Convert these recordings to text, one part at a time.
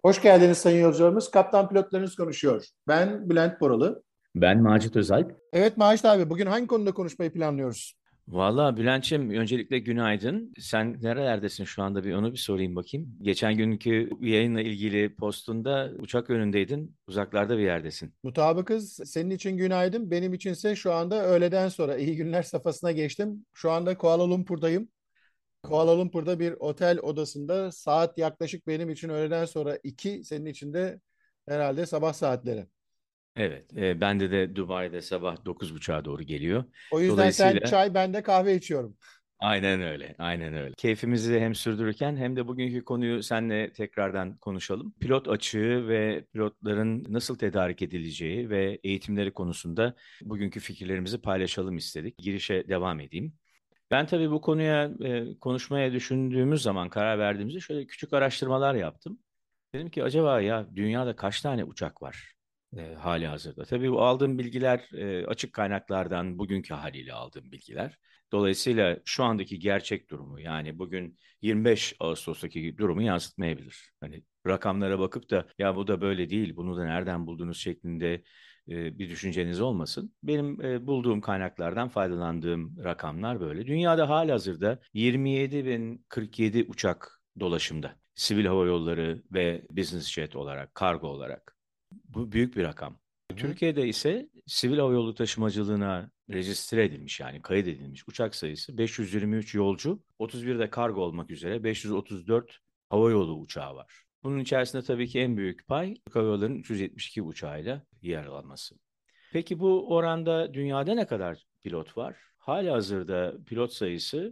Hoş geldiniz sayın yolcularımız. Kaptan pilotlarınız konuşuyor. Ben Bülent Boralı. Ben Macit Özalp. Evet Macit abi, bugün hangi konuda konuşmayı planlıyoruz? Valla Bülent'ciğim öncelikle günaydın. Sen nerelerdesin şu anda onu bir sorayım bakayım. Geçen günkü yayınla ilgili postunda uçak önündeydin. Uzaklarda bir yerdesin. Mutabıkız. Senin için günaydın. Benim içinse şu anda öğleden sonra iyi günler safhasına geçtim. Şu anda Kuala Lumpur'dayım. Kuala Lumpur'da bir otel odasında saat yaklaşık benim için öğleden sonra 2, senin için de herhalde sabah saatleri. Evet, bende de Dubai'de sabah 9.30'a doğru geliyor. O yüzden sen Dolayısıyla çay, ben de kahve içiyorum. aynen öyle, aynen öyle. Keyfimizi hem sürdürürken hem de bugünkü konuyu seninle tekrardan konuşalım. Pilot açığı ve pilotların nasıl tedarik edileceği ve eğitimleri konusunda bugünkü fikirlerimizi paylaşalım istedik. Girişe devam edeyim. Ben tabii bu konuya konuşmaya düşündüğümüz zaman karar verdiğimizde şöyle küçük araştırmalar yaptım. Dedim ki acaba ya dünyada kaç tane uçak var hali hazırda? Tabii bu aldığım bilgiler açık kaynaklardan bugünkü haliyle aldığım bilgiler. Dolayısıyla şu andaki gerçek durumu yani bugün 25 Ağustos'taki durumu yansıtmayabilir. Hani rakamlara bakıp da ya bu da böyle değil, bunu da nereden buldunuz şeklinde bir düşünceniz olmasın. Benim bulduğum kaynaklardan faydalandığım rakamlar böyle. Dünyada halihazırda 27.047 uçak dolaşımda. Sivil hava yolları ve business jet olarak, kargo olarak. Bu büyük bir rakam. Hı hı. Türkiye'de ise sivil havayolu taşımacılığına rejistre edilmiş yani kayıt edilmiş uçak sayısı 523 yolcu, 31 de kargo olmak üzere 534 havayolu uçağı var. Bunun içerisinde tabii ki en büyük pay Türk Hava Yolları'nın 372 uçağıyla yer alması. Peki bu oranda dünyada ne kadar pilot var? Halihazırda pilot sayısı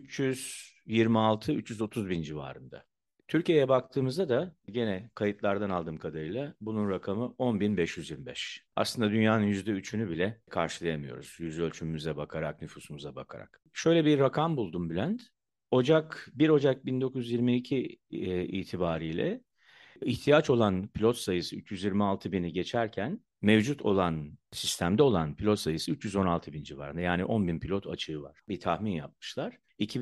326-330 bin civarında. Türkiye'ye baktığımızda da gene kayıtlardan aldığım kadarıyla bunun rakamı 10.525. Aslında dünyanın %3'ünü bile karşılayamıyoruz. Yüz ölçümümüze bakarak, nüfusumuza bakarak. Şöyle bir rakam buldum Bülent. 1 Ocak 1922 itibariyle ihtiyaç olan pilot sayısı 326 bini geçerken mevcut olan sistemde olan pilot sayısı 316 bin civarında. Yani 10 bin pilot açığı var. Bir tahmin yapmışlar.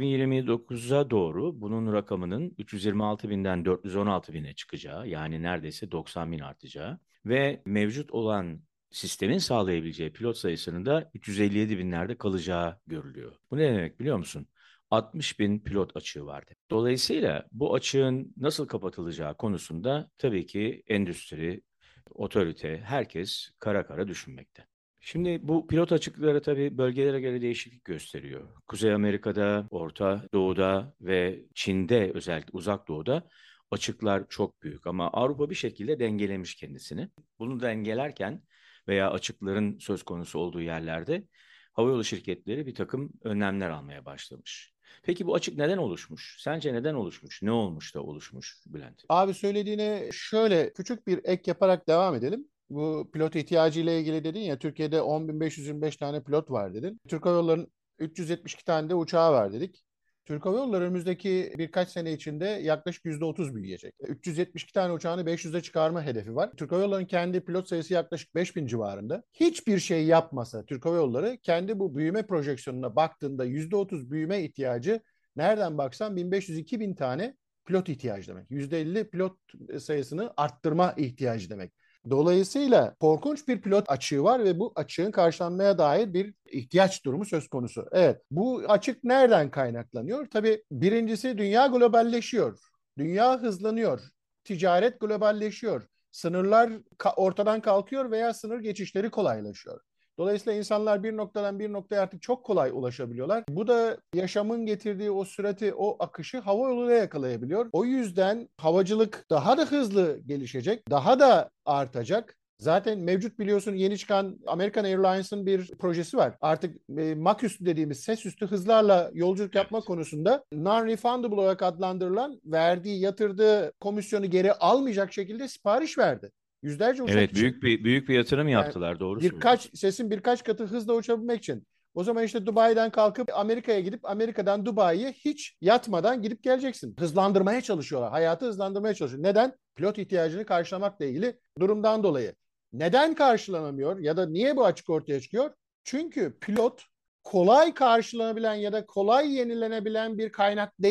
2029'a doğru bunun rakamının 326 binden 416 bine çıkacağı yani neredeyse 90 bin artacağı ve mevcut olan sistemin sağlayabileceği pilot sayısının da 357 binlerde kalacağı görülüyor. Bu ne demek biliyor musun? 60 bin pilot açığı vardı. Dolayısıyla bu açığın nasıl kapatılacağı konusunda tabii ki endüstri, otorite, herkes kara kara düşünmekte. Şimdi bu pilot açıkları tabii bölgelere göre değişiklik gösteriyor. Kuzey Amerika'da, Orta Doğu'da ve Çin'de özellikle Uzak Doğu'da açıklar çok büyük ama Avrupa bir şekilde dengelemiş kendisini. Bunu dengelerken veya açıkların söz konusu olduğu yerlerde havayolu şirketleri bir takım önlemler almaya başlamış. Peki bu açık neden oluşmuş? Sence neden oluşmuş? Ne olmuş da oluşmuş Bülent? Abi, söylediğine şöyle küçük bir ek yaparak devam edelim. Bu pilot ihtiyacı ile ilgili dedin ya, Türkiye'de 10.525 tane pilot var dedin. Türk Hava Yolları'nın 372 tane de uçağı var dedik. Türk Hava Yolları önümüzdeki birkaç sene içinde yaklaşık %30 büyüyecek. 372 tane uçağını 500'e çıkarma hedefi var. Türk Hava Yolları'nın kendi pilot sayısı yaklaşık 5.000 civarında. Hiçbir şey yapmasa Türk Hava Yolları kendi bu büyüme projeksiyonuna baktığında %30 büyüme ihtiyacı, nereden baksan 1500-2000 tane pilot ihtiyacı demek. %50 pilot sayısını arttırma ihtiyacı demek. Dolayısıyla korkunç bir pilot açığı var ve bu açığın karşılanmaya dair bir ihtiyaç durumu söz konusu. Evet, bu açık nereden kaynaklanıyor? Tabii birincisi, dünya globalleşiyor. Dünya hızlanıyor. Ticaret globalleşiyor. Sınırlar ortadan kalkıyor veya sınır geçişleri kolaylaşıyor. Dolayısıyla insanlar bir noktadan bir noktaya artık çok kolay ulaşabiliyorlar. Bu da yaşamın getirdiği o sürati, o akışı hava yoluyla yakalayabiliyor. O yüzden havacılık daha da hızlı gelişecek, daha da artacak. Zaten mevcut, biliyorsun, yeni çıkan American Airlines'ın bir projesi var. Artık Mach üstü dediğimiz ses üstü hızlarla yolculuk yapma Evet. konusunda non-refundable olarak adlandırılan, verdiği, yatırdığı komisyonu geri almayacak şekilde sipariş verdi. Yüzlerce uçak Evet, için. büyük bir yatırım Yani yaptılar. Doğru söylüyorsun. sesin birkaç katı hızla uçabilmek için. O zaman işte Dubai'den kalkıp Amerika'ya gidip Amerika'dan Dubai'ye hiç yatmadan gidip geleceksin. Hızlandırmaya çalışıyorlar. Hayatı hızlandırmaya çalışıyor. Neden? Pilot ihtiyacını karşılamakla ilgili durumdan dolayı. Neden karşılanamıyor ya da niye bu açık ortaya çıkıyor? Çünkü pilot kolay karşılanabilen ya da kolay yenilenebilen bir kaynak değil.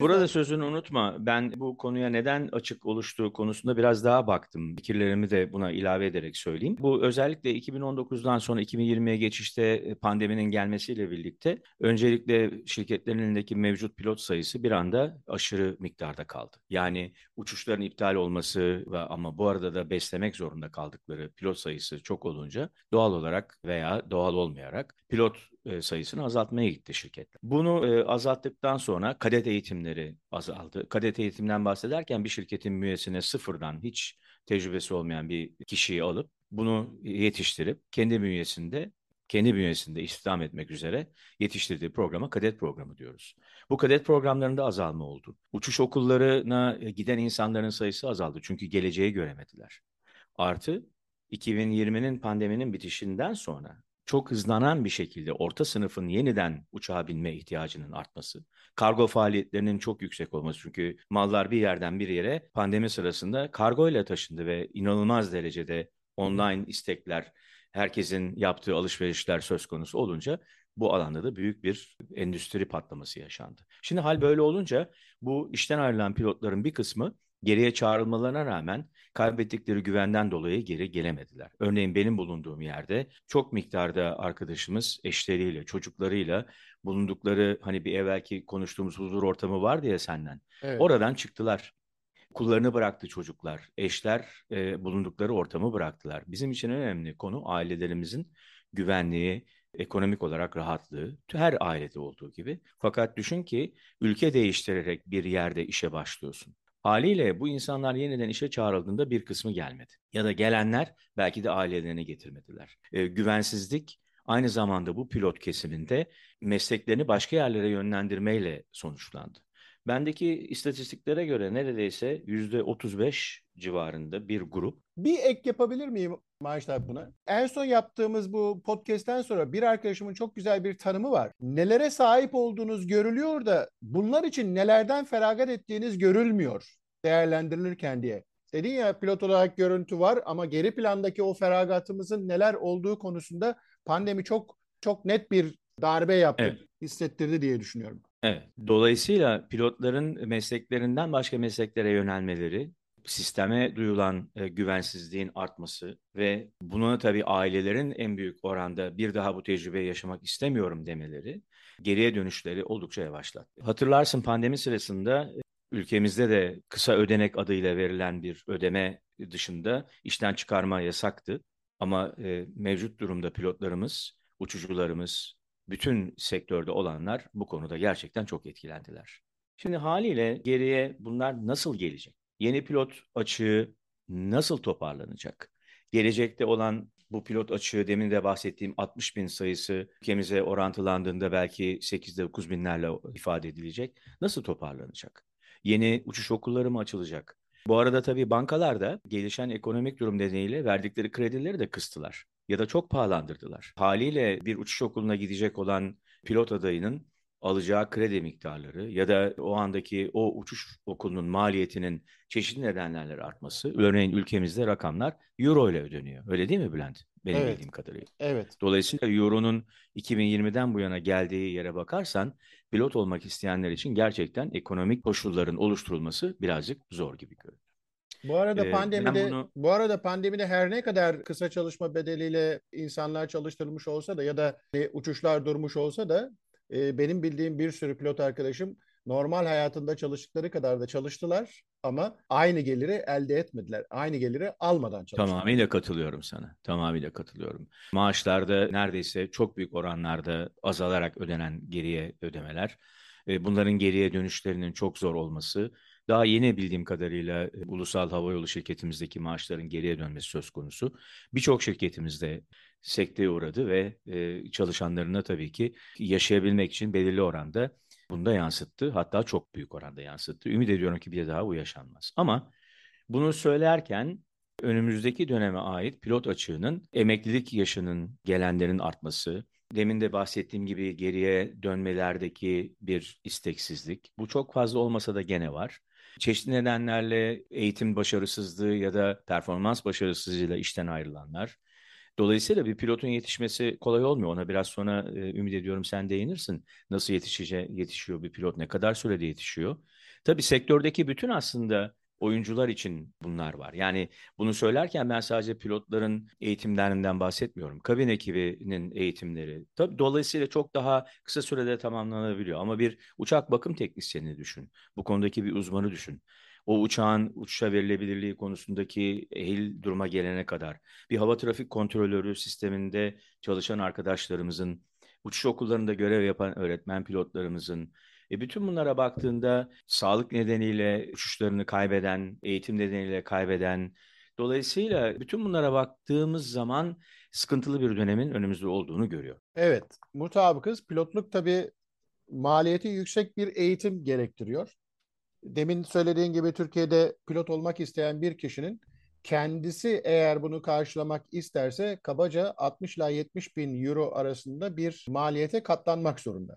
Burada sözünü unutma. Ben bu konuya neden açık oluştuğu konusunda biraz daha baktım. Fikirlerimi de buna ilave ederek söyleyeyim. Bu özellikle 2019'dan sonra 2020'ye geçişte pandeminin gelmesiyle birlikte öncelikle şirketlerin elindeki mevcut pilot sayısı bir anda aşırı miktarda kaldı. Yani uçuşların iptal olması ve ama bu arada da beslemek zorunda kaldıkları pilot sayısı çok olunca doğal olarak veya doğal olmayarak pilot sayısını azaltmaya gitti şirketler. Bunu azalttıktan sonra kadet eğitimleri azaldı. Kadet eğitimden bahsederken bir şirketin bünyesine sıfırdan hiç tecrübesi olmayan bir kişiyi alıp bunu yetiştirip kendi bünyesinde istihdam etmek üzere yetiştirdiği programa kadet programı diyoruz. Bu kadet programlarında azalma oldu. Uçuş okullarına giden insanların sayısı azaldı çünkü geleceği göremediler. Artı 2020'nin pandeminin bitişinden sonra çok hızlanan bir şekilde orta sınıfın yeniden uçağa binme ihtiyacının artması, kargo faaliyetlerinin çok yüksek olması çünkü mallar bir yerden bir yere pandemi sırasında kargo ile taşındı ve inanılmaz derecede Hı hı. online istekler, herkesin yaptığı alışverişler söz konusu olunca bu alanda da büyük bir endüstri patlaması yaşandı. Şimdi hal böyle olunca bu işten ayrılan pilotların bir kısmı geriye çağrılmalarına rağmen kaybettikleri güvenden dolayı geri gelemediler. Örneğin benim bulunduğum yerde çok miktarda arkadaşımız eşleriyle, çocuklarıyla bulundukları hani bir evvelki konuştuğumuz huzur ortamı vardı ya senden. Evet. Oradan çıktılar. Kullarını bıraktı çocuklar. Eşler bulundukları ortamı bıraktılar. Bizim için en önemli konu ailelerimizin güvenliği, ekonomik olarak rahatlığı. Her ailede olduğu gibi. Fakat düşün ki ülke değiştirerek bir yerde işe başlıyorsun. Haliyle bu insanlar yeniden işe çağrıldığında bir kısmı gelmedi. Ya da gelenler belki de ailelerini getirmediler. Güvensizlik aynı zamanda bu pilot kesiminde mesleklerini başka yerlere yönlendirmeyle sonuçlandı. Bendeki istatistiklere göre neredeyse %35 civarında bir grup. Bir ek yapabilir miyim Maaş abi buna? En son yaptığımız bu podcast'ten sonra bir arkadaşımın çok güzel bir tanımı var. Nelere sahip olduğunuz görülüyor da bunlar için nelerden feragat ettiğiniz görülmüyor değerlendirilirken diye. Dedin ya pilot olarak görüntü var ama geri plandaki o feragatımızın neler olduğu konusunda pandemi çok çok net bir darbe yaptı, Evet. hissettirdi diye düşünüyorum. Evet. Dolayısıyla pilotların mesleklerinden başka mesleklere yönelmeleri, sisteme duyulan güvensizliğin artması ve buna tabii ailelerin en büyük oranda bir daha bu tecrübeyi yaşamak istemiyorum demeleri, geriye dönüşleri oldukça yavaşlattı. Hatırlarsın pandemi sırasında ülkemizde de kısa ödenek adıyla verilen bir ödeme dışında işten çıkarma yasaktı. Ama mevcut durumda pilotlarımız, uçucularımız, bütün sektörde olanlar bu konuda gerçekten çok etkilendiler. Şimdi haliyle geriye bunlar nasıl gelecek? Yeni pilot açığı nasıl toparlanacak? Gelecekte olan bu pilot açığı demin de bahsettiğim 60 bin sayısı ülkemize orantılandığında belki 8-9 binlerle ifade edilecek. Nasıl toparlanacak? Yeni uçuş okulları mı açılacak? Bu arada tabii bankalar da gelişen ekonomik durum nedeniyle verdikleri kredileri de kıstılar ya da çok pahalandırdılar. Haliyle bir uçuş okuluna gidecek olan pilot adayının alacağı kredi miktarları ya da o andaki o uçuş okulunun maliyetinin çeşitli nedenlerle artması. Örneğin ülkemizde rakamlar euro ile ödeniyor. Öyle değil mi Bülent? Benim Evet, bildiğim kadarıyla. evet. Dolayısıyla euronun 2020'den bu yana geldiği yere bakarsan pilot olmak isteyenler için gerçekten ekonomik koşulların oluşturulması birazcık zor gibi görünüyor. Ben bunu Bu arada pandemide her ne kadar kısa çalışma bedeliyle insanlar çalıştırılmış olsa da ya da uçuşlar durmuş olsa da benim bildiğim bir sürü pilot arkadaşım normal hayatında çalıştıkları kadar da çalıştılar ama aynı geliri elde etmediler. Aynı geliri almadan çalıştılar. tamamıyla katılıyorum sana. Tamamıyla katılıyorum. Maaşlarda neredeyse çok büyük oranlarda azalarak ödenen geriye ödemeler, bunların geriye dönüşlerinin çok zor olması, daha yeni bildiğim kadarıyla ulusal havayolu şirketimizdeki maaşların geriye dönmesi söz konusu. Birçok şirketimiz de sekteye uğradı ve çalışanlarına tabii ki yaşayabilmek için belirli oranda bunu da yansıttı. Hatta çok büyük oranda yansıttı. Ümit ediyorum ki bir daha bu yaşanmaz. Ama bunu söylerken önümüzdeki döneme ait pilot açığının emeklilik yaşının gelenlerin artması, demin de bahsettiğim gibi geriye dönmelerdeki bir isteksizlik. Bu çok fazla olmasa da gene var. Çeşitli nedenlerle eğitim başarısızlığı ya da performans başarısızlığıyla işten ayrılanlar. Dolayısıyla bir pilotun yetişmesi kolay olmuyor. Ona biraz sonra ümit ediyorum sen değinirsin. Nasıl yetişiyor bir pilot, ne kadar sürede yetişiyor? Tabii sektördeki bütün aslında oyuncular için bunlar var. Yani bunu söylerken ben sadece pilotların eğitimlerinden bahsetmiyorum. Kabin ekibinin eğitimleri. Tabii dolayısıyla çok daha kısa sürede tamamlanabiliyor. Ama bir uçak bakım teknisyenini düşün. Bu konudaki bir uzmanı düşün. O uçağın uçuşa verilebilirliği konusundaki ehil duruma gelene kadar bir hava trafik kontrolörü sisteminde çalışan arkadaşlarımızın, uçuş okullarında görev yapan öğretmen pilotlarımızın, bütün bunlara baktığında sağlık nedeniyle uçuşlarını kaybeden, eğitim nedeniyle kaybeden, dolayısıyla bütün bunlara baktığımız zaman sıkıntılı bir dönemin önümüzde olduğunu görüyor. Evet, mutabıkız. Pilotluk tabii maliyeti yüksek bir eğitim gerektiriyor. Demin söylediğin gibi Türkiye'de pilot olmak isteyen bir kişinin kendisi eğer bunu karşılamak isterse kabaca 60 ila 70 bin euro arasında bir maliyete katlanmak zorunda.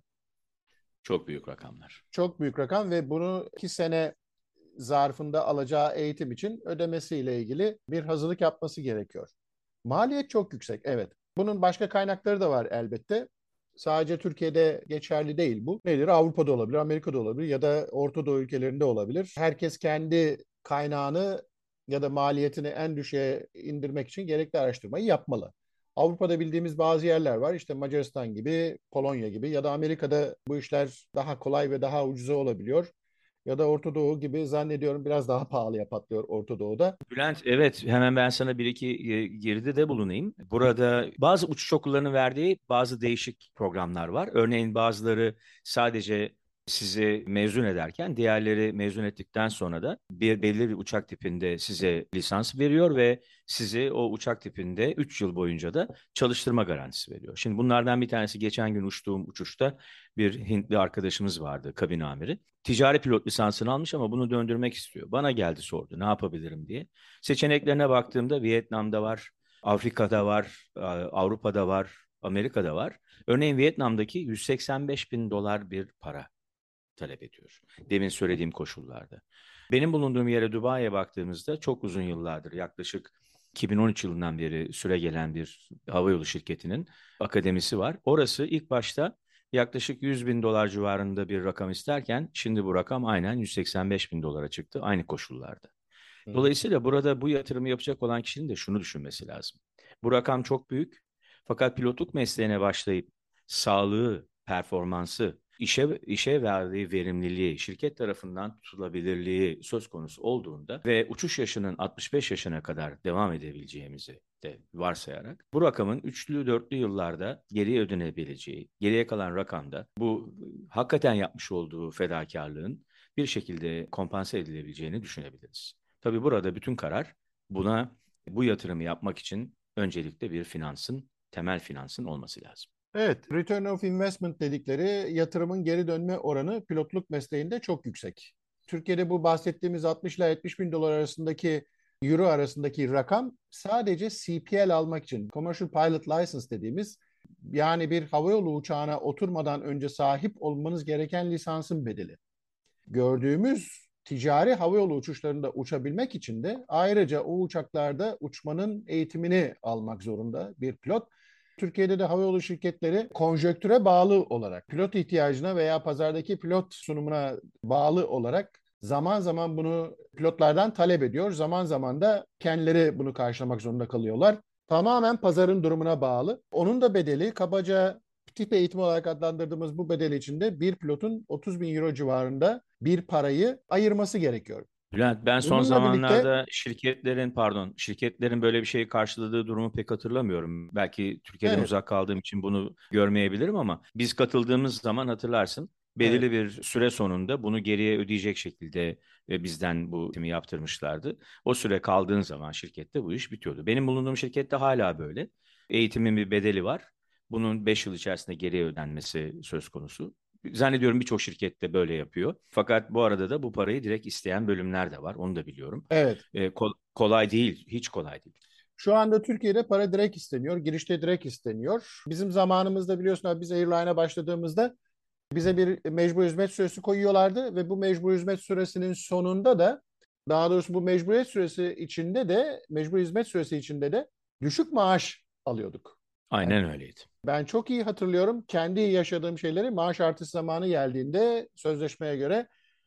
Çok büyük rakamlar. Çok büyük rakam ve bunu 2 sene zarfında alacağı eğitim için ödemesiyle ilgili bir hazırlık yapması gerekiyor. Maliyet çok yüksek, evet. Bunun başka kaynakları da var elbette. Sadece Türkiye'de geçerli değil bu. Nedir? Avrupa'da olabilir, Amerika'da olabilir ya da Orta Doğu ülkelerinde olabilir. Herkes kendi kaynağını ya da maliyetini en düşüğe indirmek için gerekli araştırmayı yapmalı. Avrupa'da bildiğimiz bazı yerler var. İşte Macaristan gibi, Polonya gibi ya da Amerika'da bu işler daha kolay ve daha ucuza olabiliyor. Ya da Orta Doğu gibi zannediyorum biraz daha pahalıya patlıyor Orta Doğu'da. Bülent, evet, hemen ben sana bir iki girdide bulunayım. Burada bazı uçuş okullarının verdiği bazı değişik programlar var. Örneğin bazıları sadece sizi mezun ederken, diğerleri mezun ettikten sonra da belirli bir uçak tipinde size lisans veriyor ve sizi o uçak tipinde 3 yıl boyunca da çalıştırma garantisi veriyor. Şimdi bunlardan bir tanesi, geçen gün uçtuğum uçuşta bir Hintli arkadaşımız vardı, kabin amiri. Ticari pilot lisansını almış ama bunu döndürmek istiyor. Bana geldi, sordu ne yapabilirim diye. Seçeneklerine baktığımda Vietnam'da var, Afrika'da var, Avrupa'da var, Amerika'da var. Örneğin Vietnam'daki 185 bin dolar bir para talep ediyor. Demin söylediğim koşullarda. Benim bulunduğum yere, Dubai'ye baktığımızda çok uzun yıllardır, yaklaşık 2013 yılından beri süre gelen bir havayolu şirketinin akademisi var. Orası ilk başta yaklaşık 100 bin dolar civarında bir rakam isterken şimdi bu rakam aynen 185 bin dolara çıktı aynı koşullarda. Hı hı. Dolayısıyla burada bu yatırımı yapacak olan kişinin de şunu düşünmesi lazım. Bu rakam çok büyük, fakat pilotluk mesleğine başlayıp sağlığı, performansı, işe verdiği verimliliği, şirket tarafından tutulabilirliği söz konusu olduğunda ve uçuş yaşının 65 yaşına kadar devam edebileceğimizi de varsayarak bu rakamın üçlü dörtlü yıllarda geriye ödenebileceği, geriye kalan rakamda bu hakikaten yapmış olduğu fedakarlığın bir şekilde kompanse edilebileceğini düşünebiliriz. Tabii burada bütün karar, bu yatırımı yapmak için öncelikle bir temel finansın olması lazım. Evet, return of investment dedikleri yatırımın geri dönme oranı pilotluk mesleğinde çok yüksek. Türkiye'de bu bahsettiğimiz 60 ile 70 bin dolar arasındaki euro arasındaki rakam sadece CPL almak için, Commercial Pilot License dediğimiz, yani bir havayolu uçağına oturmadan önce sahip olmanız gereken lisansın bedeli. Gördüğümüz ticari havayolu uçuşlarında uçabilmek için de ayrıca o uçaklarda uçmanın eğitimini almak zorunda bir pilot. Türkiye'de de havayolu şirketleri konjöktüre bağlı olarak, pilot ihtiyacına veya pazardaki pilot sunumuna bağlı olarak zaman zaman bunu pilotlardan talep ediyor. Zaman zaman da kendileri bunu karşılamak zorunda kalıyorlar. Tamamen pazarın durumuna bağlı. Onun da bedeli kabaca tip eğitimi olarak adlandırdığımız bu bedel içinde bir pilotun 30 bin euro civarında bir parayı ayırması gerekiyor. Bülent, ben son Bununla birlikte zamanlarda şirketlerin böyle bir şeyi karşıladığı durumu pek hatırlamıyorum. Belki Türkiye'den evet, uzak kaldığım için bunu görmeyebilirim ama biz katıldığımız zaman hatırlarsın, evet, belirli bir süre sonunda bunu geriye ödeyecek şekilde bizden bu eğitimi yaptırmışlardı. O süre kaldığın zaman şirkette bu iş bitiyordu. Benim bulunduğum şirkette hala böyle. Eğitimin bir bedeli var. Bunun 5 yıl içerisinde geriye ödenmesi söz konusu. Zannediyorum birçok şirket de böyle yapıyor. Fakat bu arada da bu parayı direkt isteyen bölümler de var. Onu da biliyorum. evet. Kolay değil, hiç kolay değil. Şu anda Türkiye'de para direkt isteniyor, girişte direkt isteniyor. Bizim zamanımızda biliyorsun abi, biz Airline'a başladığımızda bize bir mecbur hizmet süresi koyuyorlardı ve bu mecbur hizmet süresinin sonunda da, daha doğrusu bu mecbur hizmet süresi içinde de düşük maaş alıyorduk. Yani Aynen öyleydi. ben çok iyi hatırlıyorum kendi yaşadığım şeyleri, maaş artış zamanı geldiğinde sözleşmeye göre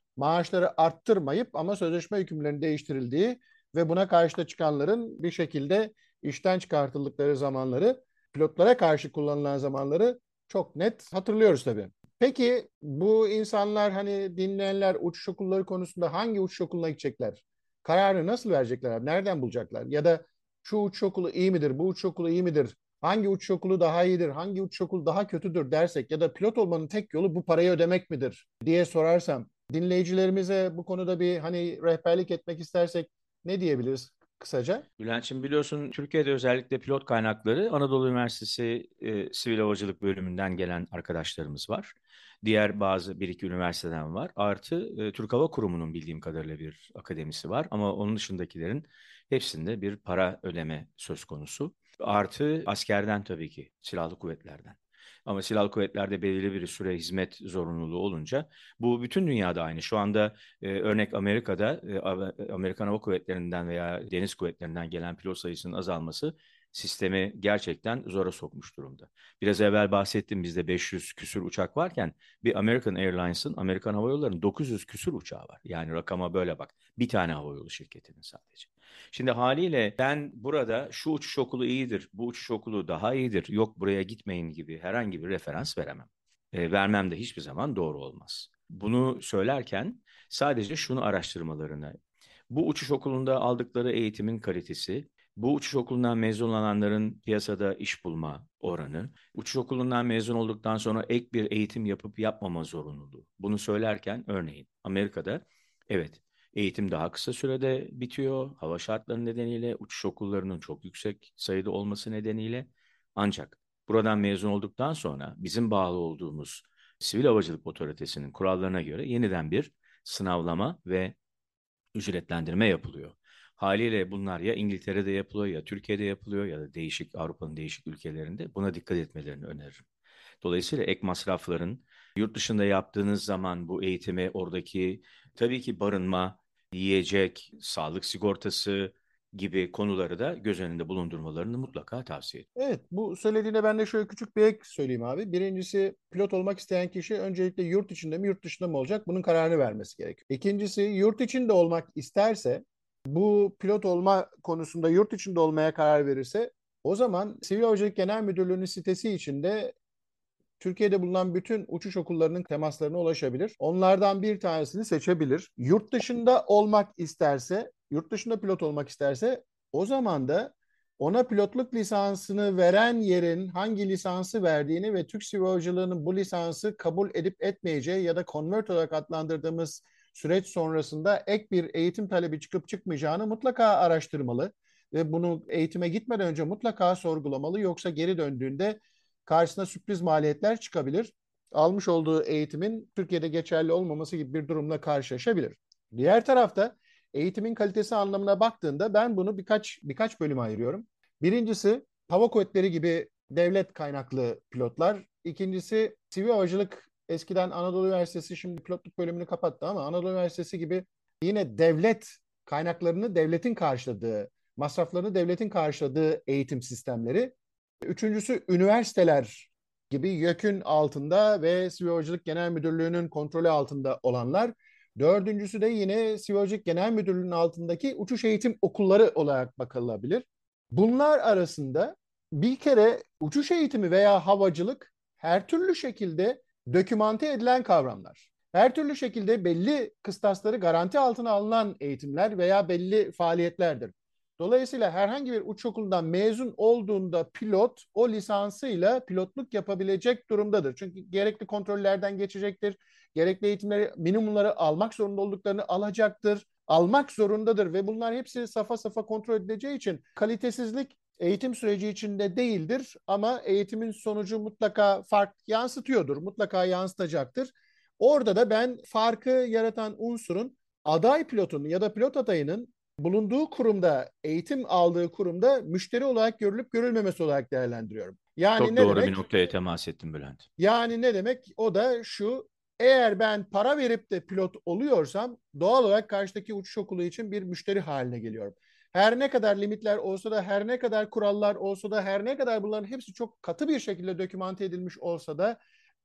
maaşları arttırmayıp ama sözleşme hükümlerinin değiştirildiği ve buna karşı da çıkanların bir şekilde işten çıkartıldıkları zamanları, pilotlara karşı kullanılan zamanları çok net hatırlıyoruz tabii. Peki bu insanlar, hani dinleyenler, uçuş okulları konusunda hangi uçuş okuluna gidecekler? Kararı nasıl verecekler abi? Nereden bulacaklar? Ya da şu uçuş okulu iyi midir? Bu uçuş okulu iyi midir? Hangi uçuş okulu daha iyidir? Hangi uçuş okulu daha kötüdür dersek ya da pilot olmanın tek yolu bu parayı ödemek midir diye sorarsam, dinleyicilerimize bu konuda bir hani rehberlik etmek istersek ne diyebiliriz kısaca? Bülent'ciğim, biliyorsun Türkiye'de özellikle pilot kaynakları Anadolu Üniversitesi Sivil Havacılık bölümünden gelen arkadaşlarımız var. Diğer bazı bir iki üniversiteden var. Artı Türk Hava Kurumu'nun bildiğim kadarıyla bir akademisi var. Ama onun dışındakilerin hepsinde bir para ödeme söz konusu. Artı askerden, tabii ki silahlı kuvvetlerden. Ama silahlı kuvvetlerde belirli bir süre hizmet zorunluluğu olunca bu bütün dünyada aynı. Şu anda örnek Amerika'da Amerikan Hava Kuvvetleri'nden veya Deniz Kuvvetleri'nden gelen pilot sayısının azalması sistemi gerçekten zora sokmuş durumda. Biraz evvel bahsettim, bizde 500 küsür uçak varken bir American Airlines'ın, Amerikan Hava Yolları'nın 900 küsür uçağı var. Yani rakama böyle bak. Bir tane havayolu şirketinin sadece. Şimdi haliyle ben burada şu uçuş okulu iyidir, bu uçuş okulu daha iyidir, yok buraya gitmeyin gibi herhangi bir referans veremem. Vermem de hiçbir zaman doğru olmaz. Bunu söylerken sadece şunu araştırmalarını, bu uçuş okulunda aldıkları eğitimin kalitesi, bu uçuş okulundan mezun olanların piyasada iş bulma oranı, uçuş okulundan mezun olduktan sonra ek bir eğitim yapıp yapmama zorunluluğu. Bunu söylerken örneğin Amerika'da evet, eğitim daha kısa sürede bitiyor. Hava şartları nedeniyle, uçuş okullarının çok yüksek sayıda olması nedeniyle. Ancak buradan mezun olduktan sonra bizim bağlı olduğumuz Sivil Havacılık Otoritesi'nin kurallarına göre yeniden bir sınavlama ve ücretlendirme yapılıyor. Haliyle bunlar ya İngiltere'de yapılıyor, ya Türkiye'de yapılıyor, ya da değişik Avrupa'nın değişik ülkelerinde. Buna dikkat etmelerini öneririm. Dolayısıyla ek masrafların yurt dışında yaptığınız zaman bu eğitimi, oradaki tabii ki barınma, yiyecek, sağlık sigortası gibi konuları da göz önünde bulundurmalarını mutlaka tavsiye ederim. Evet, bu söylediğine ben de şöyle küçük bir ek söyleyeyim abi. Birincisi, pilot olmak isteyen kişi öncelikle yurt içinde mi yurt dışında mı olacak, bunun kararını vermesi gerekiyor. İkincisi, yurt içinde olmak isterse, bu pilot olma konusunda yurt içinde olmaya karar verirse, o zaman Sivil Havacılık Genel Müdürlüğü'nün sitesi içinde Türkiye'de bulunan bütün uçuş okullarının temaslarına ulaşabilir. Onlardan bir tanesini seçebilir. Yurt dışında olmak isterse, yurt dışında pilot olmak isterse, o zaman da ona pilotluk lisansını veren yerin hangi lisansı verdiğini ve Türk Sivil Havacılığı'nın bu lisansı kabul edip etmeyeceği ya da convert olarak adlandırdığımız süreç sonrasında ek bir eğitim talebi çıkıp çıkmayacağını mutlaka araştırmalı ve bunu eğitime gitmeden önce mutlaka sorgulamalı. Yoksa geri döndüğünde karşısına sürpriz maliyetler çıkabilir. Almış olduğu eğitimin Türkiye'de geçerli olmaması gibi bir durumla karşılaşabilir. Diğer tarafta eğitimin kalitesi anlamına baktığında ben bunu birkaç bölüme ayırıyorum. Birincisi hava kuvvetleri gibi devlet kaynaklı pilotlar. İkincisi sivil havacılık, eskiden Anadolu Üniversitesi şimdi pilotluk bölümünü kapattı ama Anadolu Üniversitesi gibi yine devlet kaynaklarını devletin karşıladığı, masraflarını devletin karşıladığı eğitim sistemleri. Üçüncüsü üniversiteler gibi YÖK'ün altında ve Sivil Havacılık Genel Müdürlüğü'nün kontrolü altında olanlar. Dördüncüsü de yine Sivil Havacılık Genel Müdürlüğü'nün altındaki uçuş eğitim okulları olarak bakılabilir. Bunlar arasında bir kere uçuş eğitimi veya havacılık her türlü şekilde dokümante edilen kavramlar. Her türlü şekilde belli kıstasları garanti altına alınan eğitimler veya belli faaliyetlerdir. Dolayısıyla herhangi bir uçuş okulundan mezun olduğunda pilot o lisansıyla pilotluk yapabilecek durumdadır. Çünkü gerekli kontrollerden geçecektir. Gerekli eğitimleri, minimumları almak zorunda olduklarını alacaktır. Almak zorundadır ve bunlar hepsi safa safa kontrol edileceği için kalitesizlik eğitim süreci içinde değildir ama eğitimin sonucu mutlaka fark yansıtıyordur. Mutlaka yansıtacaktır. Orada da ben farkı yaratan unsurun aday pilotun ya da pilot adayının bulunduğu kurumda, eğitim aldığı kurumda müşteri olarak görülüp görülmemesi olarak değerlendiriyorum. Yani Çok ne doğru bir demek? noktaya temas ettim Bülent. Yani ne demek? O da şu: eğer ben para verip de pilot oluyorsam doğal olarak karşıdaki uçuş okulu için bir müşteri haline geliyorum. Her ne kadar limitler olsa da, her ne kadar kurallar olsa da, her ne kadar bunların hepsi çok katı bir şekilde dokümante edilmiş olsa da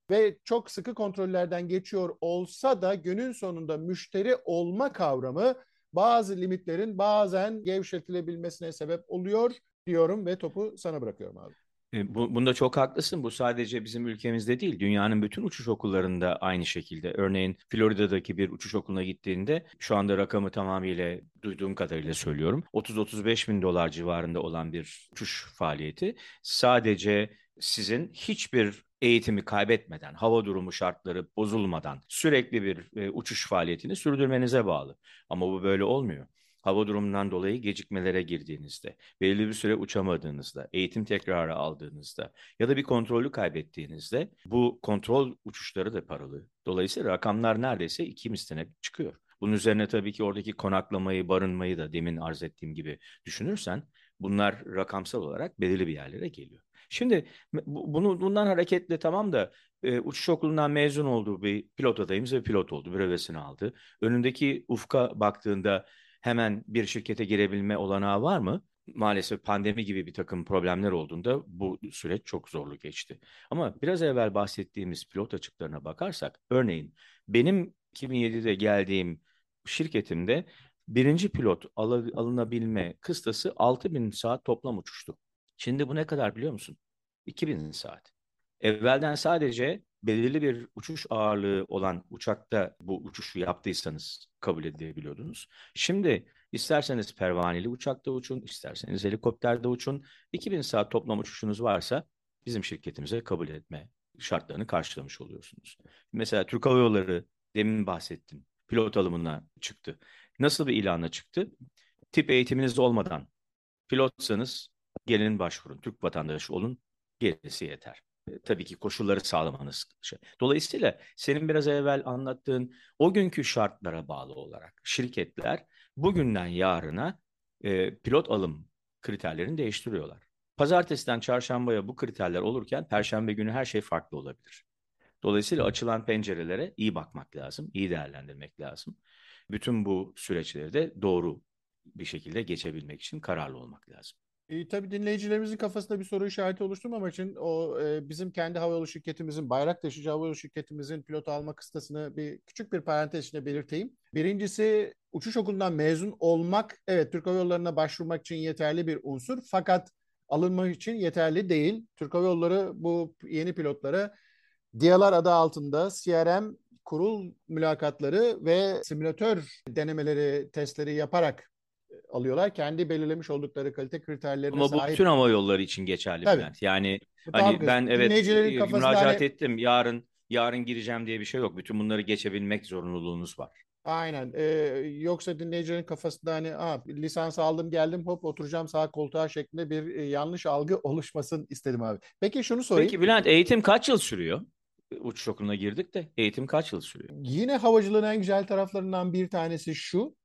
ve çok sıkı kontrollerden geçiyor olsa da günün sonunda müşteri olma kavramı bazı limitlerin bazen gevşetilebilmesine sebep oluyor diyorum ve topu sana bırakıyorum abi. Bunda çok haklısın. Bu sadece bizim ülkemizde değil, dünyanın bütün uçuş okullarında aynı şekilde. Örneğin Florida'daki bir uçuş okuluna gittiğinde, şu anda rakamı tamamıyla duyduğum kadarıyla söylüyorum, 30-35 bin dolar civarında olan bir uçuş faaliyeti sadece sizin hiçbir eğitimi kaybetmeden, hava durumu şartları bozulmadan sürekli bir uçuş faaliyetini sürdürmenize bağlı. Ama bu böyle olmuyor. Hava durumundan dolayı gecikmelere girdiğinizde, belirli bir süre uçamadığınızda, eğitim tekrarı aldığınızda ya da bir kontrolü kaybettiğinizde bu kontrol uçuşları da paralı. Dolayısıyla rakamlar neredeyse iki misline çıkıyor. Bunun üzerine tabii ki oradaki konaklamayı, barınmayı da demin arz ettiğim gibi düşünürsen bunlar rakamsal olarak belirli bir yerlere geliyor. Şimdi bundan hareketle tamam da uçuş okulundan mezun olduğu bir pilot adayımız ve pilot oldu, brevesini aldı. Önündeki ufka baktığında hemen bir şirkete girebilme olanağı var mı? Maalesef pandemi gibi bir takım problemler olduğunda bu süreç çok zorlu geçti. Ama biraz evvel bahsettiğimiz pilot açıklarına bakarsak, örneğin benim 2007'de geldiğim şirketimde birinci pilot alınabilme kıstası 6.000 saat toplam uçuştu. Şimdi bu ne kadar biliyor musun? 2.000 saat. Evvelden sadece belirli bir uçuş ağırlığı olan uçakta bu uçuşu yaptıysanız kabul edebiliyordunuz. Şimdi isterseniz pervaneli uçakta uçun, isterseniz helikopterde uçun. 2.000 saat toplam uçuşunuz varsa bizim şirketimize kabul etme şartlarını karşılamış oluyorsunuz. Mesela Türk Hava Yolları, demin bahsettim, pilot alımına çıktı. Nasıl bir ilanla çıktı? Tip eğitiminiz olmadan pilotsanız gelin başvurun. Türk vatandaşı olun. Gerisi yeter. Tabii ki koşulları sağlamanız şey. Dolayısıyla senin biraz evvel anlattığın o günkü şartlara bağlı olarak şirketler bugünden yarına pilot alım kriterlerini değiştiriyorlar. Pazartesiden çarşambaya bu kriterler olurken perşembe günü her şey farklı olabilir. Dolayısıyla açılan pencerelere iyi bakmak lazım, iyi değerlendirmek lazım. Bütün bu süreçleri de doğru bir şekilde geçebilmek için kararlı olmak lazım. Tabii dinleyicilerimizin kafasında bir soru işareti oluşturmamak için bizim kendi havayolu şirketimizin, bayrak taşıcı havayolu şirketimizin pilot alma kıstasını küçük bir parantez içinde belirteyim. Birincisi, uçuş okulundan mezun olmak, evet, Türk Hava Yolları'na başvurmak için yeterli bir unsur, fakat alınmak için yeterli değil. Türk Hava Yolları bu yeni pilotlara DLR adı altında CRM kurul mülakatları ve simülatör denemeleri, testleri yaparak alıyorlar. Kendi belirlemiş oldukları kalite kriterlerine Ama bu sahip. bütün hava yolları için geçerli Tabii. Bülent. Yani hani Mutabıkız. ben evet Dinleyicilerin kafasında müracaat hani ettim, yarın gireceğim diye bir şey yok. Bütün bunları geçebilmek zorunluluğunuz var. aynen. Yoksa dinleyicilerin kafasında hani lisans aldım geldim hop oturacağım sağ koltuğa şeklinde bir yanlış algı oluşmasın istedim abi. Peki şunu sorayım. Peki Bülent, eğitim kaç yıl sürüyor? Uçuş okuluna girdik de eğitim kaç yıl sürüyor? Yine havacılığın en güzel taraflarından bir tanesi şu.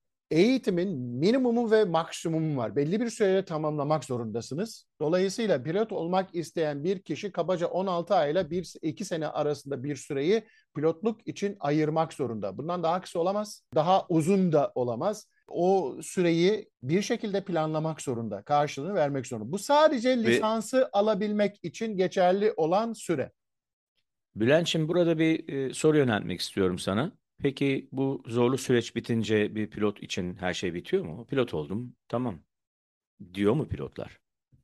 Eğitimin minimumu ve maksimumu var. Belli bir sürede tamamlamak zorundasınız. Dolayısıyla pilot olmak isteyen bir kişi kabaca 16 ayla 1-2 sene arasında bir süreyi pilotluk için ayırmak zorunda. Bundan daha kısa olamaz, daha uzun da olamaz. O süreyi bir şekilde planlamak zorunda, karşılığını vermek zorunda. Bu sadece Ve lisansı alabilmek için geçerli olan süre. Bülent'ciğim, burada bir soru yöneltmek istiyorum sana. Peki bu zorlu süreç bitince bir pilot için her şey bitiyor mu? Pilot oldum, tamam diyor mu pilotlar?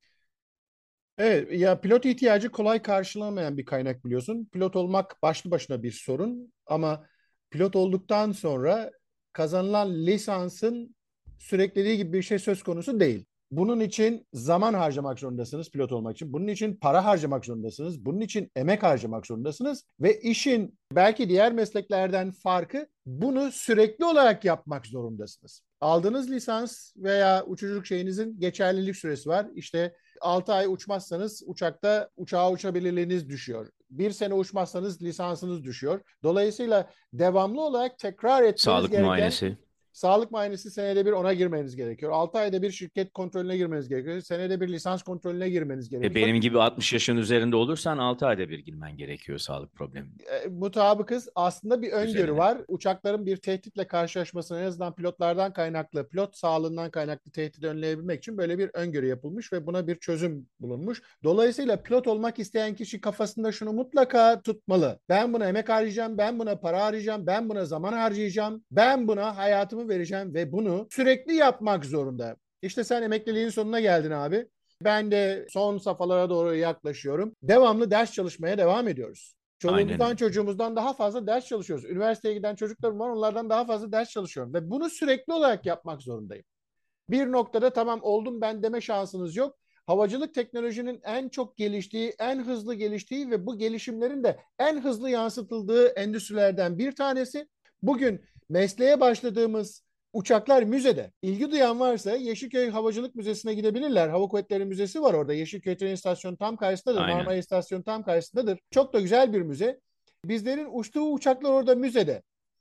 Evet, ya pilot ihtiyacı kolay karşılanamayan bir kaynak biliyorsun. Pilot olmak başlı başına bir sorun ama pilot olduktan sonra kazanılan lisansın sürekliliği gibi bir şey söz konusu değil. Bunun için zaman harcamak zorundasınız pilot olmak için. Bunun için para harcamak zorundasınız. Bunun için emek harcamak zorundasınız. Ve işin belki diğer mesleklerden farkı, bunu sürekli olarak yapmak zorundasınız. Aldığınız lisans veya uçuculuk şeyinizin geçerlilik süresi var. İşte 6 ay uçmazsanız uçağa uçabilirliğiniz düşüyor. Bir sene uçmazsanız lisansınız düşüyor. Dolayısıyla devamlı olarak tekrar etmeniz Sağlık gereken muayenesi. Sağlık muayenesi senede bir ona girmeniz gerekiyor. 6 ayda bir şirket kontrolüne girmeniz gerekiyor. Senede bir lisans kontrolüne girmeniz gerekiyor. Benim gibi 60 yaşın üzerinde olursan 6 ayda bir girmen gerekiyor sağlık problemi Mutabıkız, aslında bir öngörü üzerine. var. Uçakların bir tehditle karşılaşmasına, en azından pilotlardan kaynaklı, pilot sağlığından kaynaklı tehdidi önleyebilmek için böyle bir öngörü yapılmış ve buna bir çözüm bulunmuş. Dolayısıyla pilot olmak isteyen kişi kafasında şunu mutlaka tutmalı: ben buna emek harcayacağım, ben buna para harcayacağım, ben buna zaman harcayacağım, ben buna hayatımı vereceğim ve bunu sürekli yapmak zorunda. İşte sen emekliliğin sonuna geldin abi. Ben de son safhalara doğru yaklaşıyorum. Devamlı ders çalışmaya devam ediyoruz. Aynen Çoluğumuzdan öyle. çocuğumuzdan daha fazla ders çalışıyoruz. Üniversiteye giden çocuklarım var, onlardan daha fazla ders çalışıyorum. Ve bunu sürekli olarak yapmak zorundayım. Bir noktada tamam oldum ben deme şansınız yok. Havacılık teknolojinin en çok geliştiği, en hızlı geliştiği ve bu gelişimlerin de en hızlı yansıtıldığı endüstrilerden bir tanesi. Bugün mesleğe başladığımız uçaklar müzede. İlgi duyan varsa Yeşilköy Havacılık Müzesi'ne gidebilirler. Hava Kuvvetleri Müzesi var orada. Yeşilköy Tren İstasyonu tam karşısındadır. Aynen. Marmara İstasyonu tam karşısındadır. Çok da güzel bir müze. Bizlerin uçtuğu uçaklar orada müzede.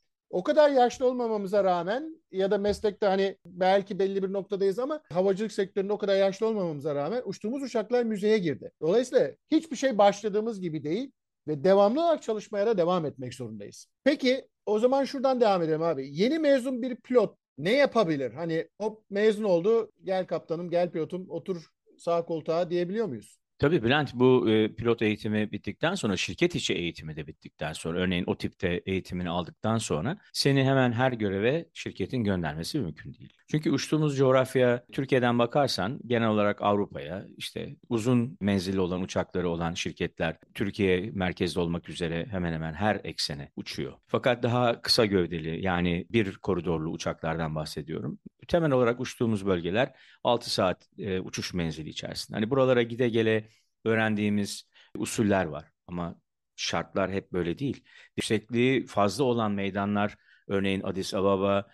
O kadar yaşlı olmamamıza rağmen ya da meslekte hani belki belli bir noktadayız ama havacılık sektöründe o kadar yaşlı olmamamıza rağmen uçtuğumuz uçaklar müzeye girdi. Dolayısıyla hiçbir şey başladığımız gibi değil ve devamlı olarak çalışmaya da devam etmek zorundayız. Peki o zaman şuradan devam edelim abi. Yeni mezun bir pilot ne yapabilir? Hani hop mezun oldu, gel kaptanım, gel pilotum, otur sağ koltuğa diyebiliyor muyuz? Tabii Bülent, bu pilot eğitimi bittikten sonra, şirket içi eğitimi de bittikten sonra, örneğin o tipte eğitimini aldıktan sonra seni hemen her göreve şirketin göndermesi mümkün değil. Çünkü uçtuğumuz coğrafya, Türkiye'den bakarsan genel olarak Avrupa'ya, işte uzun menzilli olan uçakları olan şirketler Türkiye merkezli olmak üzere hemen hemen her eksene uçuyor. Fakat daha kısa gövdeli, yani bir koridorlu uçaklardan bahsediyorum. Temel olarak uçtuğumuz bölgeler 6 saat uçuş menzili içerisinde. Hani buralara gide gele öğrendiğimiz usuller var ama şartlar hep böyle değil. Yüksekliği fazla olan meydanlar, örneğin Addis Ababa,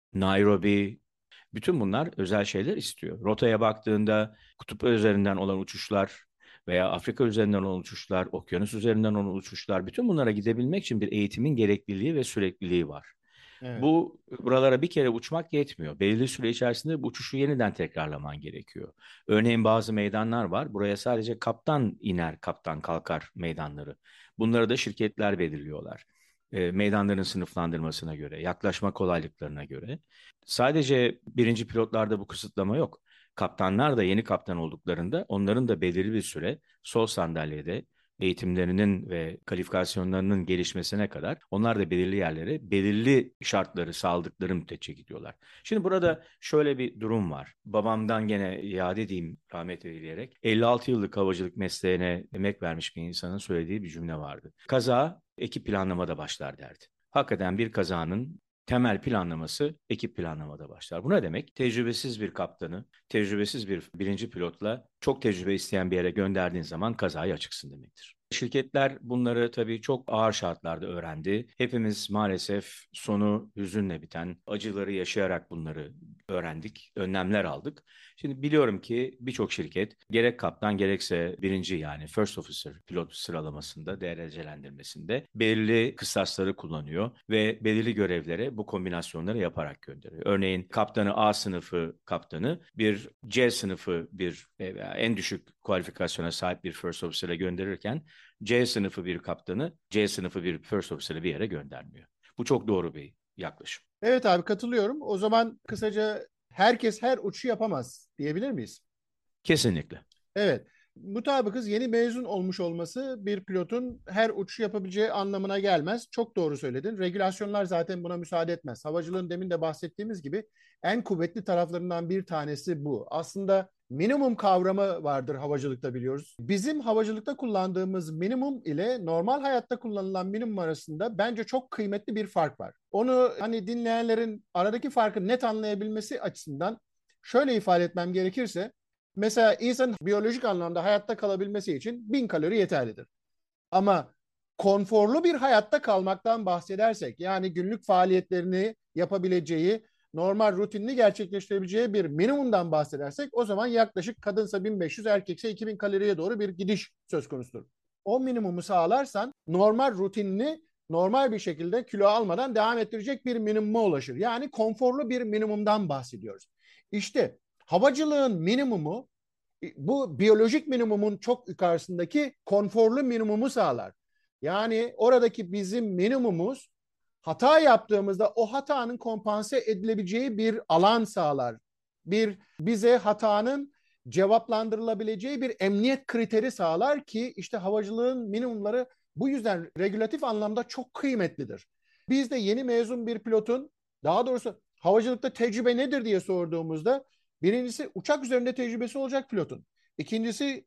Nairobi, bütün bunlar özel şeyler istiyor. Rotaya baktığında kutup üzerinden olan uçuşlar veya Afrika üzerinden olan uçuşlar, okyanus üzerinden olan uçuşlar, bütün bunlara gidebilmek için bir eğitimin gerekliliği ve sürekliliği var. Evet. Bu buralara bir kere uçmak yetmiyor. Belirli süre içerisinde bu uçuşu yeniden tekrarlaman gerekiyor. Örneğin bazı meydanlar var. Buraya sadece kaptan iner, kaptan kalkar meydanları. Bunları da şirketler belirliyorlar. Meydanların sınıflandırmasına göre, yaklaşma kolaylıklarına göre. Sadece birinci pilotlarda bu kısıtlama yok. Kaptanlar da yeni kaptan olduklarında onların da belirli bir süre sol sandalyede eğitimlerinin ve kalifikasyonlarının gelişmesine kadar onlar da belirli yerlere belirli şartları sağladıkları müddetçe gidiyorlar. Şimdi burada şöyle bir durum var. Babamdan gene iade edeyim, rahmet eyleyerek. 56 yıllık havacılık mesleğine emek vermiş bir insanın söylediği bir cümle vardı. Kaza ekip planlamada başlar derdi. Hakikaten bir kazanın temel planlaması ekip planlamada başlar. Bu ne demek? Tecrübesiz bir kaptanı, tecrübesiz bir birinci pilotla çok tecrübe isteyen bir yere gönderdiğin zaman kazaya açıksın demektir. Şirketler bunları tabii çok ağır şartlarda öğrendi. Hepimiz maalesef sonu hüzünle biten acıları yaşayarak bunları öğrendik, önlemler aldık. Şimdi biliyorum ki birçok şirket gerek kaptan gerekse birinci, yani first officer pilot sıralamasında, derecelendirmesinde belirli kıstasları kullanıyor ve belirli görevlere bu kombinasyonları yaparak gönderiyor. Örneğin kaptanı, A sınıfı kaptanı bir C sınıfı bir veya en düşük kualifikasyona sahip bir first officer'a gönderirken C sınıfı bir kaptanı C sınıfı bir first officer'a bir yere göndermiyor. Bu çok doğru bir yaklaşım. Evet abi, katılıyorum. O zaman kısaca herkes her uçuşu yapamaz diyebilir miyiz? Kesinlikle. Evet. Mutabıkız, yeni mezun olmuş olması bir pilotun her uçuş yapabileceği anlamına gelmez. Çok doğru söyledin. Regülasyonlar zaten buna müsaade etmez. Havacılığın demin de bahsettiğimiz gibi en kuvvetli taraflarından bir tanesi bu. Aslında minimum kavramı vardır havacılıkta, biliyoruz. Bizim havacılıkta kullandığımız minimum ile normal hayatta kullanılan minimum arasında bence çok kıymetli bir fark var. Onu hani dinleyenlerin aradaki farkı net anlayabilmesi açısından şöyle ifade etmem gerekirse, mesela insan biyolojik anlamda hayatta kalabilmesi için 1.000 kalori yeterlidir. Ama konforlu bir hayatta kalmaktan bahsedersek, yani günlük faaliyetlerini yapabileceği, normal rutinini gerçekleştirebileceği bir minimumdan bahsedersek, o zaman yaklaşık kadınsa 1.500, erkekse 2.000 kaloriye doğru bir gidiş söz konusudur. O minimumu sağlarsan normal rutinini normal bir şekilde kilo almadan devam ettirecek bir minimuma ulaşır. Yani konforlu bir minimumdan bahsediyoruz. İşte havacılığın minimumu bu biyolojik minimumun çok yukarısındaki konforlu minimumu sağlar. Yani oradaki bizim minimumumuz hata yaptığımızda o hatanın kompanse edilebileceği bir alan sağlar. Bize hatanın cevaplandırılabileceği bir emniyet kriteri sağlar ki işte havacılığın minimumları bu yüzden regülatif anlamda çok kıymetlidir. Biz de yeni mezun bir pilotun, daha doğrusu havacılıkta tecrübe nedir diye sorduğumuzda, birincisi uçak üzerinde tecrübesi olacak pilotun. İkincisi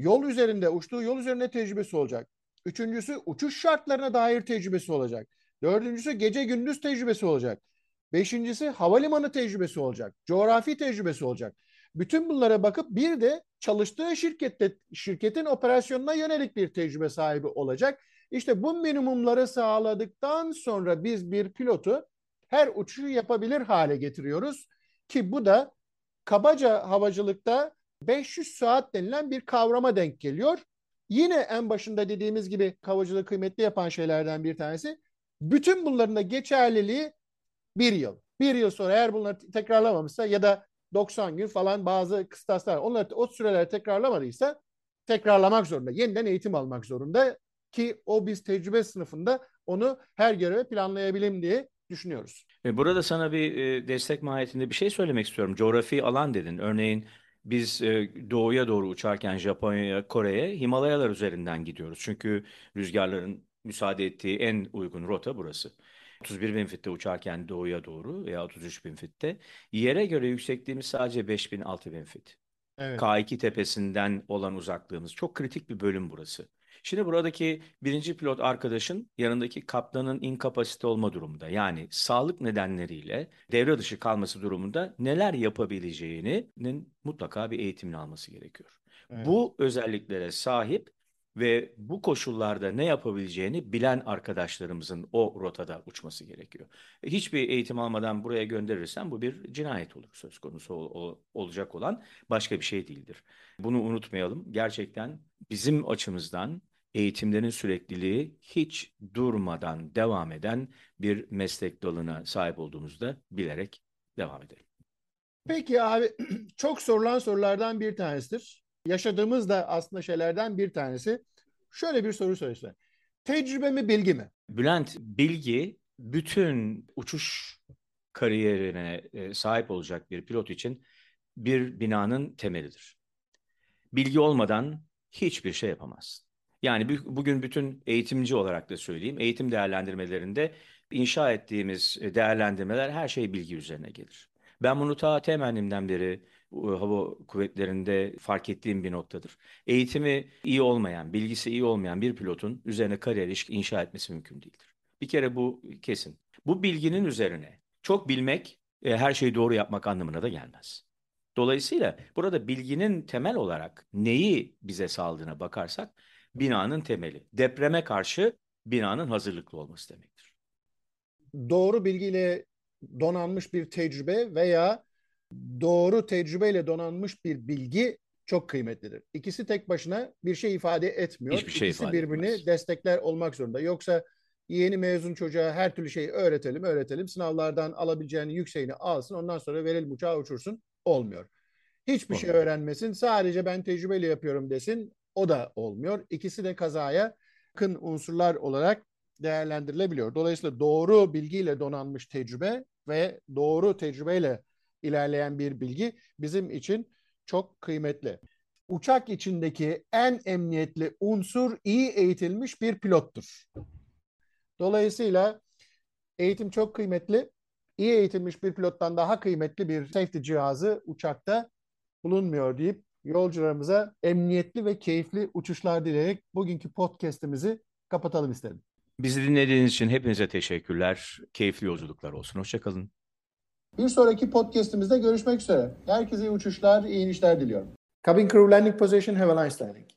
uçtuğu yol üzerinde tecrübesi olacak. Üçüncüsü uçuş şartlarına dair tecrübesi olacak. Dördüncüsü gece gündüz tecrübesi olacak. Beşincisi havalimanı tecrübesi olacak. Coğrafi tecrübesi olacak. Bütün bunlara bakıp bir de çalıştığı şirketin operasyonuna yönelik bir tecrübe sahibi olacak. İşte bu minimumları sağladıktan sonra biz bir pilotu her uçuşu yapabilir hale getiriyoruz ki bu da kabaca havacılıkta 500 saat denilen bir kavrama denk geliyor. Yine en başında dediğimiz gibi havacılığı kıymetli yapan şeylerden bir tanesi, bütün bunların da geçerliliği bir yıl. Bir yıl sonra eğer bunları tekrarlamamışsa ya da 90 gün falan bazı kıstaslar, o süreler tekrarlamadıysa tekrarlamak zorunda. Yeniden eğitim almak zorunda ki biz tecrübe sınıfında onu her göreve planlayabilelim diye düşünüyoruz. Burada sana bir destek mahiyetinde bir şey söylemek istiyorum. Coğrafi alan dedin. Örneğin biz doğuya doğru uçarken Japonya'ya, Kore'ye Himalayalar üzerinden gidiyoruz. Çünkü rüzgarların müsaade ettiği en uygun rota burası. 31 bin fitte uçarken doğuya doğru veya 33 bin fitte. Yere göre yüksekliğimiz sadece 5 bin, 6 bin fit. Evet. K2 tepesinden olan uzaklığımız. Çok kritik bir bölüm burası. Şimdi buradaki birinci pilot arkadaşın yanındaki kaptanın inkapasite olma durumunda. Yani sağlık nedenleriyle devre dışı kalması durumunda neler yapabileceğinin mutlaka bir eğitimini alması gerekiyor. Evet. Bu özelliklere sahip ve bu koşullarda ne yapabileceğini bilen arkadaşlarımızın o rotada uçması gerekiyor. Hiçbir eğitim almadan buraya gönderirsen bu bir cinayet olur söz konusu olacak olan başka bir şey değildir. Bunu unutmayalım. Gerçekten bizim açımızdan eğitimlerin sürekliliği hiç durmadan devam eden bir meslek dalına sahip olduğumuzu da bilerek devam edelim. Peki abi, çok sorulan sorulardan bir tanesidir. Yaşadığımız da aslında şeylerden bir tanesi. Şöyle bir soru söylese. Tecrübe mi, bilgi mi? Bülent, bilgi bütün uçuş kariyerine sahip olacak bir pilot için bir binanın temelidir. Bilgi olmadan hiçbir şey yapamazsın. Yani bugün bütün eğitimci olarak da söyleyeyim, eğitim değerlendirmelerinde inşa ettiğimiz değerlendirmeler her şey bilgi üzerine gelir. Ben bunu ta temennimden beri hava kuvvetlerinde fark ettiğim bir noktadır. Eğitimi iyi olmayan, bilgisi iyi olmayan bir pilotun üzerine kariyer inşa etmesi mümkün değildir. Bir kere bu kesin. Bu bilginin üzerine çok bilmek her şeyi doğru yapmak anlamına da gelmez. Dolayısıyla burada bilginin temel olarak neyi bize sağladığına bakarsak binanın temeli. Depreme karşı binanın hazırlıklı olması demektir. Doğru bilgiyle donanmış bir tecrübe veya doğru tecrübeyle donanmış bir bilgi çok kıymetlidir. İkisi tek başına bir şey ifade etmiyor. Hiçbir şey İkisi ifade birbirini etmez. destekler olmak zorunda. Yoksa yeni mezun çocuğa her türlü şeyi öğretelim. Sınavlardan alabileceğini yükseğini alsın. Ondan sonra verelim uçağı uçursun. Olmuyor. Hiçbir şey Olmuyor. öğrenmesin. Sadece ben tecrübeyle yapıyorum desin. O da olmuyor. İkisi de kazaya yakın unsurlar olarak değerlendirilebiliyor. Dolayısıyla doğru bilgiyle donanmış tecrübe ve doğru tecrübeyle ilerleyen bir bilgi bizim için çok kıymetli. Uçak içindeki en emniyetli unsur iyi eğitilmiş bir pilottur. Dolayısıyla eğitim çok kıymetli. İyi eğitilmiş bir pilottan daha kıymetli bir safety cihazı uçakta bulunmuyor deyip yolcularımıza emniyetli ve keyifli uçuşlar dileyerek bugünkü podcast'imizi kapatalım isterim. Bizi dinlediğiniz için hepinize teşekkürler. Keyifli yolculuklar olsun. Hoşça kalın. Bir sonraki podcast'imizde görüşmek üzere. Herkese iyi uçuşlar, iyi inişler diliyorum. Cabin crew landing position, have a nice landing.